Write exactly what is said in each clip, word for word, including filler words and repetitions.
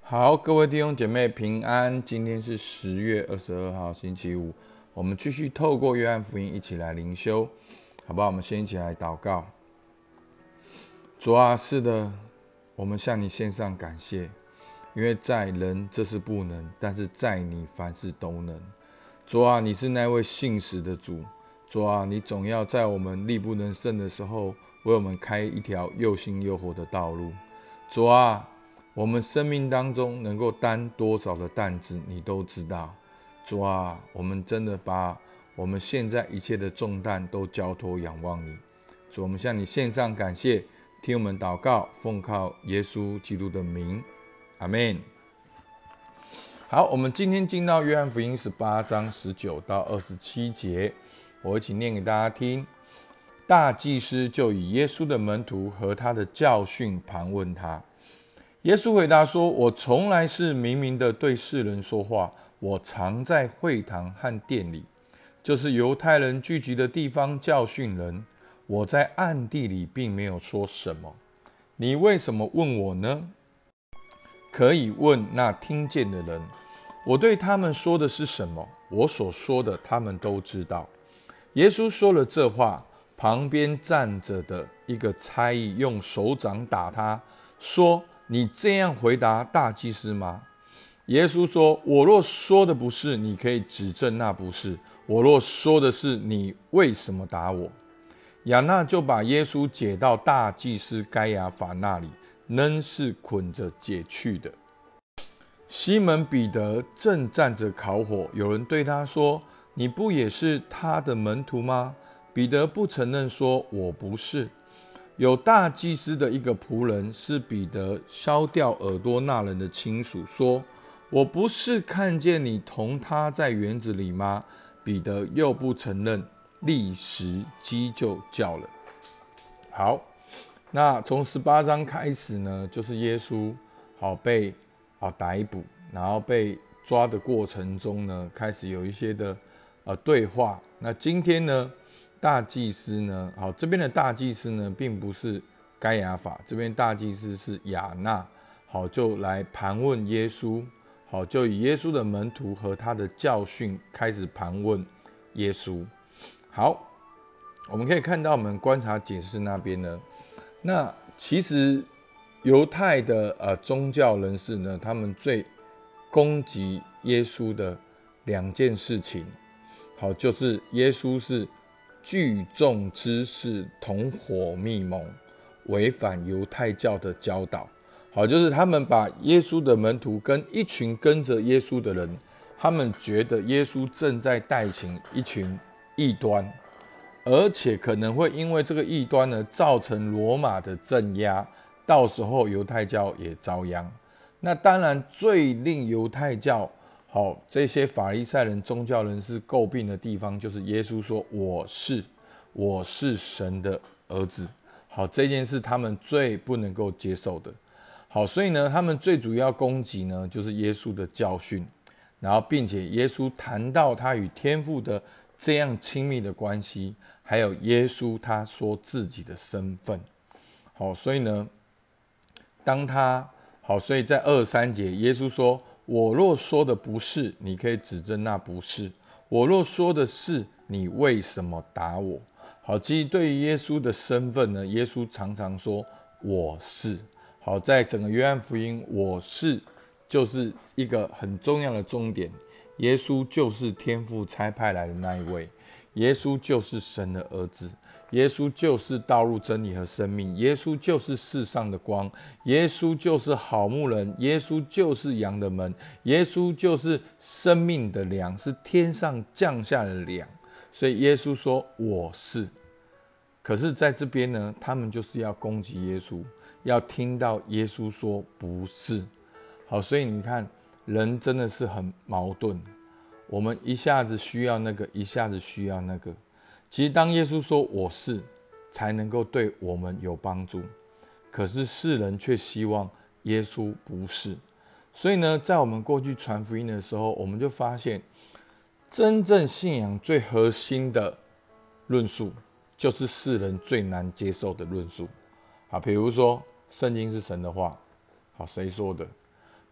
好，各位弟兄姐妹平安。今天是十月二十二号，星期五。我们继续透过约翰福音一起来灵修，好不好？我们先一起来祷告。主啊，是的，我们向你献上感谢，因为在人这是不能，但是在你凡事都能。主啊，你是那位信实的主。主啊，你总要在我们力不能胜的时候，为我们开一条又新又活的道路。主啊，我们生命当中能够担多少的担子，你都知道。主啊，我们真的把我们现在一切的重担都交托仰望你。主，我们向你献上感谢，听我们祷告，奉靠耶稣基督的名，阿们。好，我们今天进到约翰福音十八章十九到二十七节，我一起念给大家听。大祭司就以耶稣的门徒和他的教训盘问他。耶稣回答说：我从来是明明的对世人说话，我常在会堂和殿里，就是犹太人聚集的地方教训人。我在暗地里并没有说什么。你为什么问我呢？可以问那听见的人。我对他们说的是什么，我所说的他们都知道。耶稣说了这话，旁边站着的一个差役用手掌打他，说：你这样回答大祭司吗？耶稣说：我若说的不是，你可以指证那不是；我若说的是，你为什么打我？亚那就把耶稣解到大祭司该亚法那里，仍是捆着解去的。西门彼得正站着烤火，有人对他说：你不也是他的门徒吗？彼得不承认，说：我不是。有大祭司的一个仆人是彼得削掉耳朵那人的亲属，说：我不是看见你同他在园子里吗？彼得又不承认，立时鸡就叫了。好，那从十八章开始呢，就是耶稣好被好逮捕，然后被抓的过程中呢，开始有一些的呃对话。那今天呢，大祭司呢，好，这边的大祭司呢，并不是该亚法，这边大祭司是亚那，好，就来盘问耶稣，好，就以耶稣的门徒和他的教训开始盘问耶稣。好，我们可以看到，我们观察解释那边呢，那其实犹太的呃宗教人士呢，他们最攻击耶稣的两件事情，好，就是耶稣是聚众之事，同伙密谋，违反犹太教的教导。好，就是他们把耶稣的门徒跟一群跟着耶稣的人，他们觉得耶稣正在带领一群异端，而且可能会因为这个异端呢，造成罗马的镇压，到时候犹太教也遭殃。那当然，最令犹太教好这些法利赛人宗教人士诟病的地方，就是耶稣说：我是我是神的儿子。好，这件事他们最不能够接受的。好，所以呢，他们最主要攻击呢，就是耶稣的教训，然后并且耶稣谈到他与天父的这样亲密的关系，还有耶稣他说自己的身份。好，所以呢，当他好，所以在二十三节，耶稣说：我若说的不是，你可以指证那不是；我若说的是，你为什么打我？好，其实对于耶稣的身份呢，耶稣常常说我是。好，在整个约翰福音，我是就是一个很重要的重点。耶稣就是天父差派来的那一位，耶稣就是神的儿子，耶稣就是道路真理和生命，耶稣就是世上的光，耶稣就是好牧人，耶稣就是羊的门，耶稣就是生命的粮，是天上降下的粮。所以耶稣说我是。可是在这边呢，他们就是要攻击耶稣，要听到耶稣说不是。好，所以你看，人真的是很矛盾，我们一下子需要那个，一下子需要那个。其实当耶稣说我是，才能够对我们有帮助，可是世人却希望耶稣不是。所以呢，在我们过去传福音的时候，我们就发现，真正信仰最核心的论述，就是世人最难接受的论述。好，比如说圣经是神的话，好，谁说的？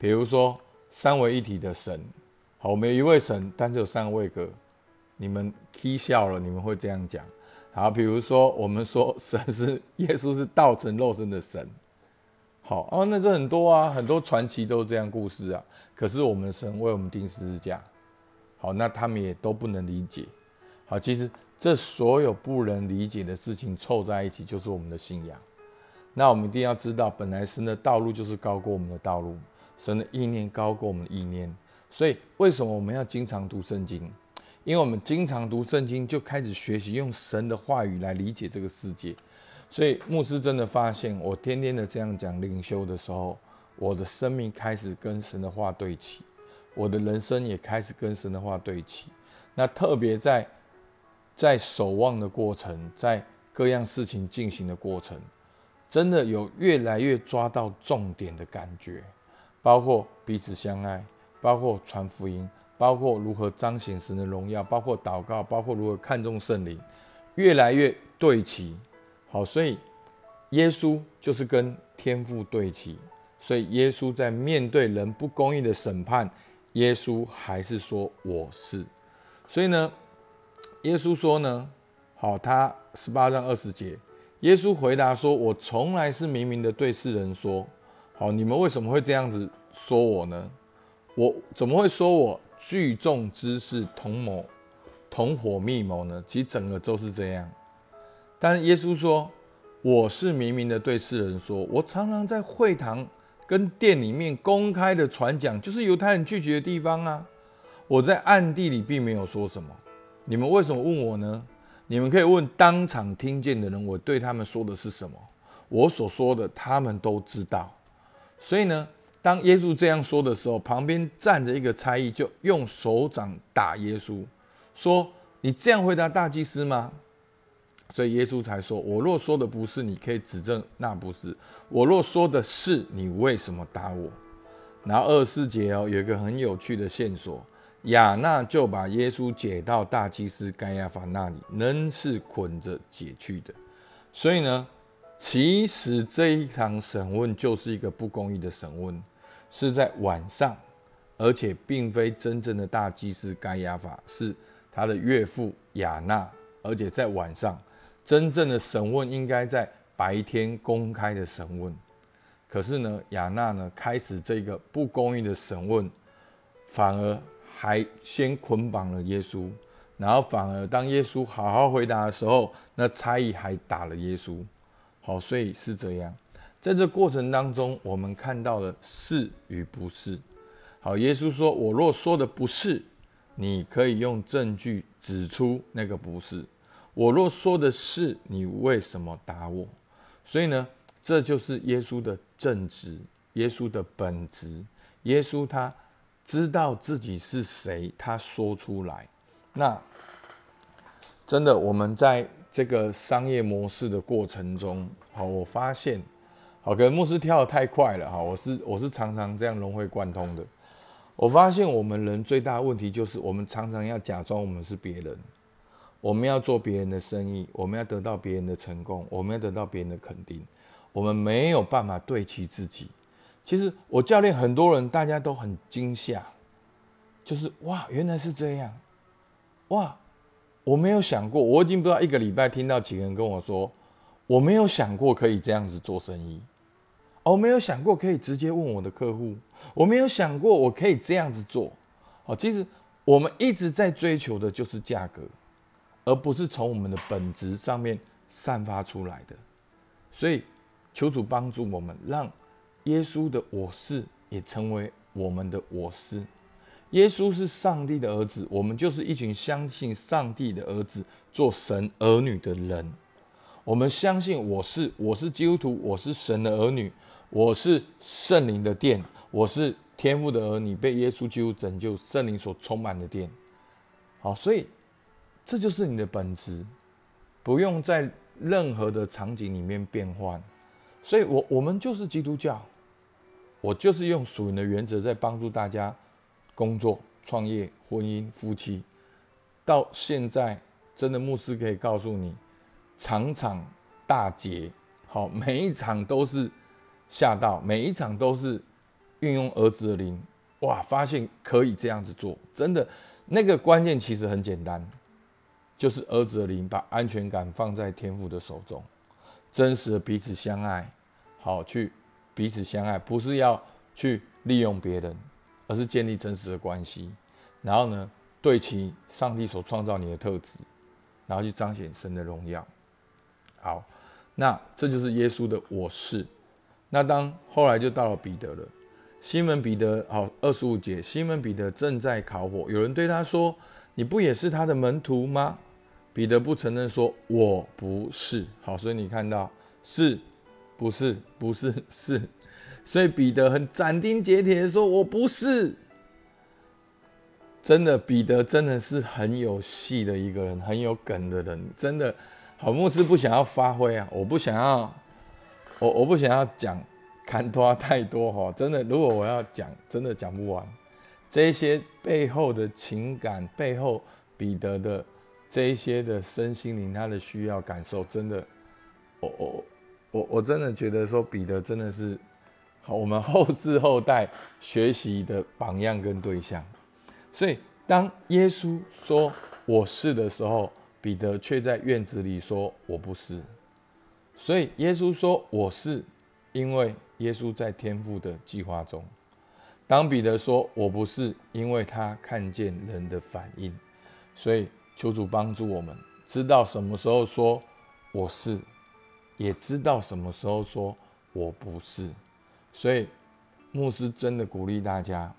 比如说三位一体的神，好，我们有一位神，但是有三个位格，你们 k 笑了，你们会这样讲。好，比如说我们说神是耶稣是道成肉身的神，好哦，那这很多啊，很多传奇都是这样故事啊。可是我们的神为我们钉十字架，好，那他们也都不能理解。好，其实这所有不能理解的事情凑在一起，就是我们的信仰。那我们一定要知道，本来神的道路就是高过我们的道路，神的意念高过我们的意念。所以为什么我们要经常读圣经？因为我们经常读圣经，就开始学习用神的话语来理解这个世界。所以牧师真的发现，我天天的这样讲灵修的时候，我的生命开始跟神的话对齐，我的人生也开始跟神的话对齐。那特别在在守望的过程，在各样事情进行的过程，真的有越来越抓到重点的感觉，包括彼此相爱，包括传福音，包括如何彰显神的荣耀，包括祷告，包括如何看重圣灵，越来越对齐。好，所以耶稣就是跟天父对齐，所以耶稣在面对人不公义的审判，耶稣还是说我是。所以呢，耶稣说呢，好，他十八章二十节，耶稣回答说：“我从来是明明的对世人说，好，你们为什么会这样子说我呢？我怎么会说我聚众之事同谋、同伙密谋呢？其实整个都是这样。但是耶稣说，我是明明的对世人说，我常常在会堂跟店里面公开的传讲，就是犹太人拒绝的地方啊。我在暗地里并没有说什么。你们为什么问我呢？你们可以问当场听见的人，我对他们说的是什么？我所说的，他们都知道。所以呢，当耶稣这样说的时候，旁边站着一个差役，就用手掌打耶稣，说：你这样回答大祭司吗？所以耶稣才说：我若说的不是，你可以指证那不是；我若说的是，你为什么打我？然后二十四节哦，有一个很有趣的线索。亚那就把耶稣解到大祭司该亚法那里，仍是捆着解去的。所以呢，其实这一场审问就是一个不公义的审问，是在晚上，而且并非真正的大祭司该亚法，是他的岳父亚那，而且在晚上。真正的审问应该在白天公开的审问，可是呢，亚那呢开始这个不公义的审问，反而还先捆绑了耶稣，然后反而当耶稣好好回答的时候，那差役还打了耶稣。好，所以是这样，在这过程当中，我们看到了是与不是。好，耶稣说：“我若说的不是，你可以用证据指出那个不是；我若说的是，你为什么打我？”所以呢，这就是耶稣的正直，耶稣的本质。耶稣他知道自己是谁，他说出来。那真的，我们在这个商业模式的过程中，好，我发现，好，可能牧师跳得太快了，哈，我是我是常常这样融会贯通的。我发现我们人最大的问题就是，我们常常要假装我们是别人，我们要做别人的生意，我们要得到别人的成功，我们要得到别人的肯定，我们没有办法对齐自己。其实我教练很多人，大家都很惊吓，就是哇，原来是这样，哇，我没有想过，我已经不知道一个礼拜听到几个人跟我说，我没有想过可以这样子做生意，我没有想过可以直接问我的客户，我没有想过我可以这样子做。哦，其实我们一直在追求的就是价格，而不是从我们的本质上面散发出来的。所以求主帮助我们，让耶稣的我是也成为我们的我是。耶稣是上帝的儿子，我们就是一群相信上帝的儿子，做神儿女的人。我们相信我是我是基督徒，我是神的儿女，我是圣灵的殿，我是天父的儿女，被耶稣基督拯救，圣灵所充满的殿。好，所以这就是你的本质，不用在任何的场景里面变换。所以我我们就是基督教，我就是用属灵的原则在帮助大家工作、创业、婚姻、夫妻。到现在，真的牧师可以告诉你，场场大捷，好，每一场都是吓到，每一场都是运用儿子的灵，哇，发现可以这样子做，真的，那个关键其实很简单，就是儿子的灵把安全感放在天父的手中，真实的彼此相爱，好去彼此相爱，不是要去利用别人，而是建立真实的关系。然后呢，对齐上帝所创造你的特质，然后去彰显神的荣耀。好，那这就是耶稣的我是。那当后来就到了彼得了，西门彼得，好，二十五节，西门彼得正在烤火，有人对他说：“你不也是他的门徒吗？”彼得不承认，说：“我不是。”好，所以你看到是，不是，不是，是，所以彼得很斩钉截铁的说：“我不是。”真的，彼得真的是很有戏的一个人，很有梗的人，真的。好，牧师不想要发挥啊，我不想要，我我不想要讲看多太多哈，真的，如果我要讲，真的讲不完。这一些背后的情感，背后彼得的这一些的身心灵，他的需要感受，真的，我我我我真的觉得说彼得真的是好，我们后世后代学习的榜样跟对象。所以，当耶稣说我是的时候，彼得却在院子里说我不是。所以，耶稣说我是，因为耶稣在天父的计划中。当彼得说我不是，因为他看见人的反应。所以，求主帮助我们，知道什么时候说我是，也知道什么时候说我不是。所以，牧师真的鼓励大家。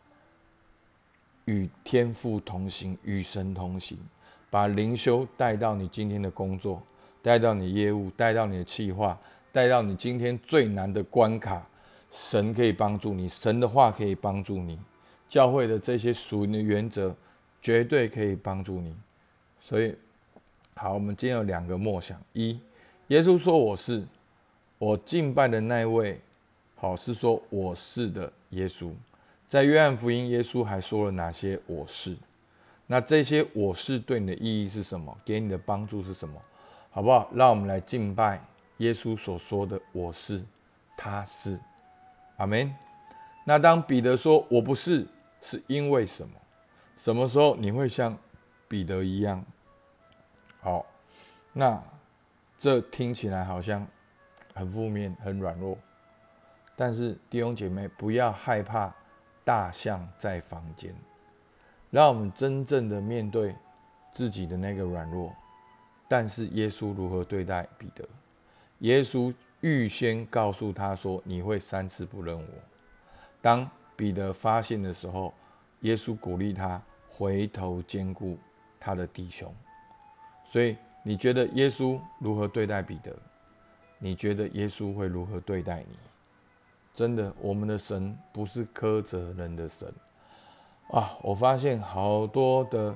与天父同行，与神同行，把灵修带到你今天的工作，带到你业务，带到你的企划，带到你今天最难的关卡。神可以帮助你，神的话可以帮助你，教会的这些属灵的原则绝对可以帮助你。所以，好，我们今天有两个默想：一，耶稣说我是，我敬拜的那一位，好，是说我是的耶稣。在约翰福音，耶稣还说了哪些我是？那这些我是对你的意义是什么？给你的帮助是什么？好不好？让我们来敬拜耶稣所说的我是，他是，阿们。那当彼得说我不是，是因为什么？什么时候你会像彼得一样？好，那这听起来好像很负面、很软弱，但是弟兄姐妹不要害怕。大象在房间，让我们真正的面对自己的那个软弱。但是耶稣如何对待彼得？耶稣预先告诉他说：“你会三次不认我。”当彼得发现的时候，耶稣鼓励他回头兼顾他的弟兄。所以，你觉得耶稣如何对待彼得？你觉得耶稣会如何对待你？真的，我们的神不是苛责人的神啊！我发现好多的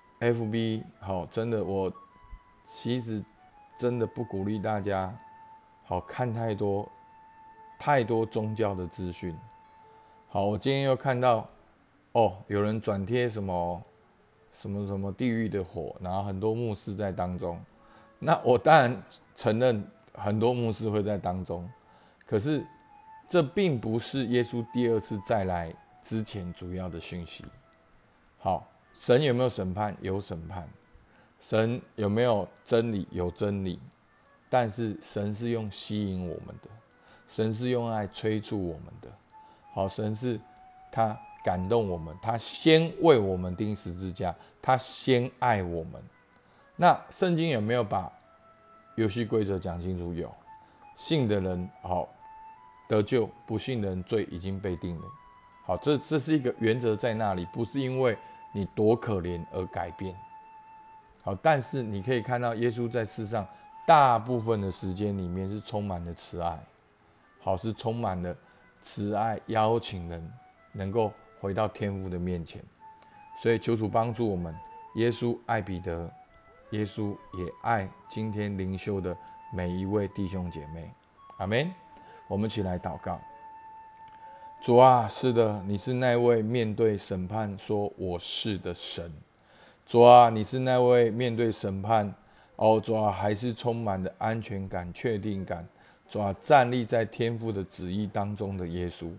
F B， 好，真的，我其实真的不鼓励大家好看太多太多宗教的资讯。好，我今天又看到哦，有人转贴什么什么什么地狱的火，然后很多牧师在当中。那我当然承认很多牧师会在当中，可是。这并不是耶稣第二次再来之前主要的讯息。好，神有没有审判？有审判。神有没有真理？有真理。但是神是用吸引我们的，神是用爱催促我们的。好，神是他感动我们，他先为我们钉十字架，他先爱我们。那圣经有没有把游戏规则讲清楚？有。信的人好。得救，不信的人罪已经被定了。好，这这是一个原则在那里，不是因为你多可怜而改变。好，但是你可以看到耶稣在世上大部分的时间里面是充满了慈爱，好，是充满了慈爱，邀请人能够回到天父的面前。所以求主帮助我们，耶稣爱彼得，耶稣也爱今天灵修的每一位弟兄姐妹。阿们。我们一起来祷告。主啊，是的，你是那位面对审判说我是的神。主啊，你是那位面对审判，哦，主啊，还是充满了安全感、确定感。主啊，站立在天父的旨意当中的耶稣。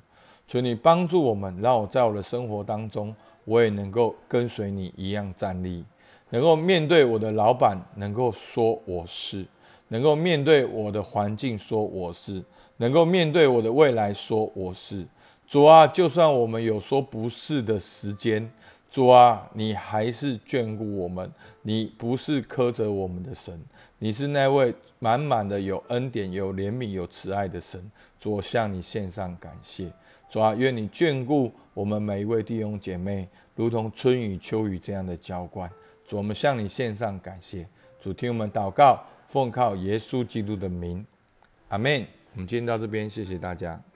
求你帮助我们，让我在我的生活当中，我也能够跟随你一样站立，能够面对我的老板，能够说我是，能够面对我的环境说我是，能够面对我的未来说我是。主啊，就算我们有说不是的时间，主啊，你还是眷顾我们，你不是苛责我们的神，你是那位满满的有恩典、有怜悯、有慈爱的神。主，我向你献上感谢。主啊，愿你眷顾我们每一位弟兄姐妹，如同春雨秋雨这样的浇灌。主，我们向你献上感谢。主，听我们祷告，奉靠耶稣基督的名，阿们。我们今天到这边，谢谢大家。